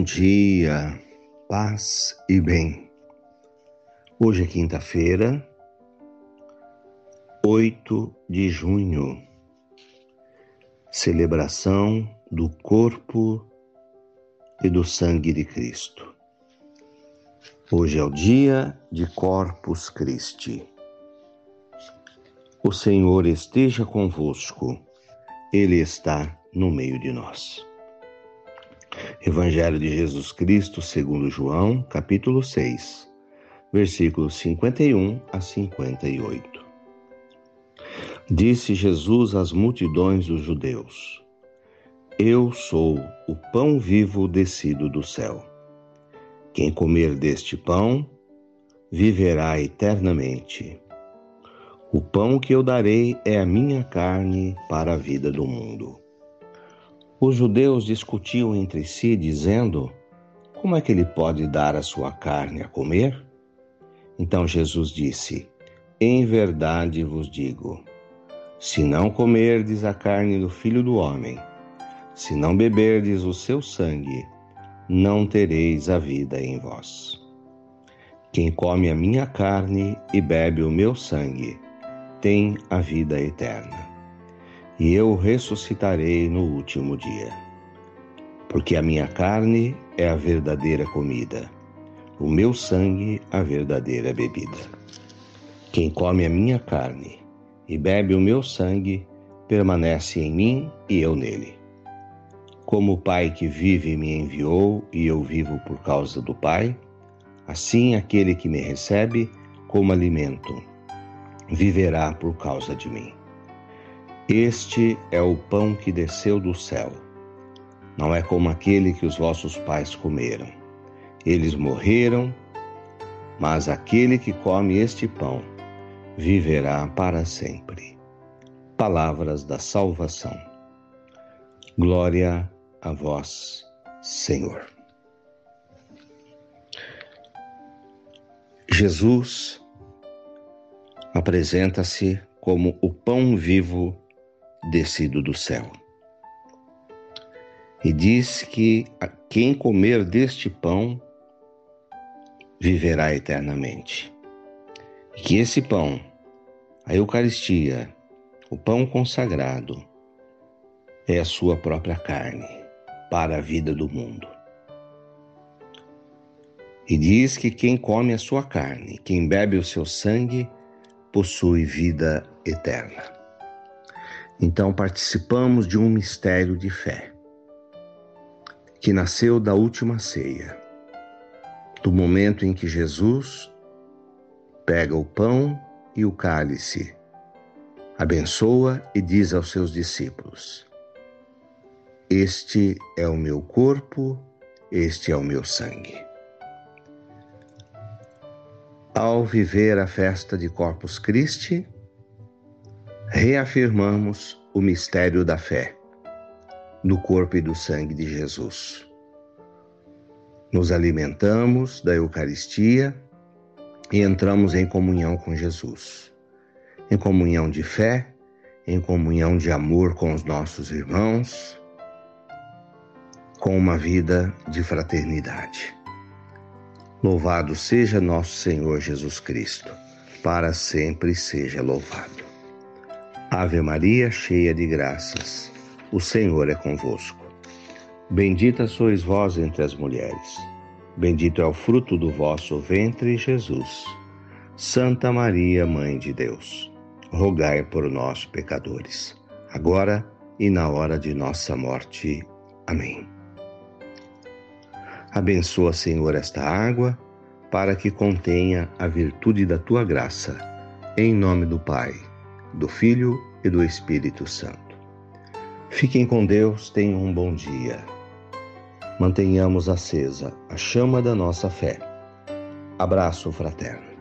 dia, paz e bem. Hoje é quinta-feira, 8 de junho, celebração do corpo e do sangue de Cristo. Hoje é o dia de Corpus Christi. O Senhor esteja convosco, Ele está no meio de nós. Evangelho de Jesus Cristo, segundo João, capítulo 6, versículos 51 a 58. Disse Jesus às multidões dos judeus: Eu sou o pão vivo descido do céu. Quem comer deste pão, viverá eternamente. O pão que eu darei é a minha carne para a vida do mundo. Os judeus discutiam entre si, dizendo: Como é que ele pode dar a sua carne a comer? Então Jesus disse: Em verdade vos digo, se não comerdes a carne do Filho do Homem, se não beberdes o seu sangue, não tereis a vida em vós. Quem come a minha carne e bebe o meu sangue, tem a vida eterna. E eu o ressuscitarei no último dia. Porque a minha carne é a verdadeira comida, o meu sangue a verdadeira bebida. Quem come a minha carne e bebe o meu sangue, permanece em mim e eu nele. Como o Pai que vive me enviou e eu vivo por causa do Pai, assim aquele que me recebe como alimento viverá por causa de mim. Este é o pão que desceu do céu. Não é como aquele que os vossos pais comeram. Eles morreram, mas aquele que come este pão viverá para sempre. Palavras da salvação. Glória a vós, Senhor. Jesus apresenta-se como o pão vivo descido do céu. E diz que quem comer deste pão viverá eternamente. E que esse pão, a Eucaristia, o pão consagrado, é a sua própria carne para a vida do mundo. E diz que quem come a sua carne, quem bebe o seu sangue, possui vida eterna. Então participamos de um mistério de fé, que nasceu da última ceia, do momento em que Jesus pega o pão e o cálice, abençoa e diz aos seus discípulos: Este é o meu corpo, este é o meu sangue. Ao viver a festa de Corpus Christi, reafirmamos o mistério da fé, do corpo e do sangue de Jesus. Nos alimentamos da Eucaristia e entramos em comunhão com Jesus, em comunhão de fé, em comunhão de amor com os nossos irmãos, com uma vida de fraternidade. Louvado seja nosso Senhor Jesus Cristo, para sempre seja louvado. Ave Maria, cheia de graças, o Senhor é convosco. Bendita sois vós entre as mulheres, bendito é o fruto do vosso ventre, Jesus. Santa Maria, Mãe de Deus, rogai por nós, pecadores, agora e na hora de nossa morte. Amém. Abençoa, Senhor, esta água, para que contenha a virtude da tua graça, em nome do Pai, do Filho e do Espírito Santo. Fiquem com Deus, tenham um bom dia. Mantenhamos acesa a chama da nossa fé. Abraço fraterno.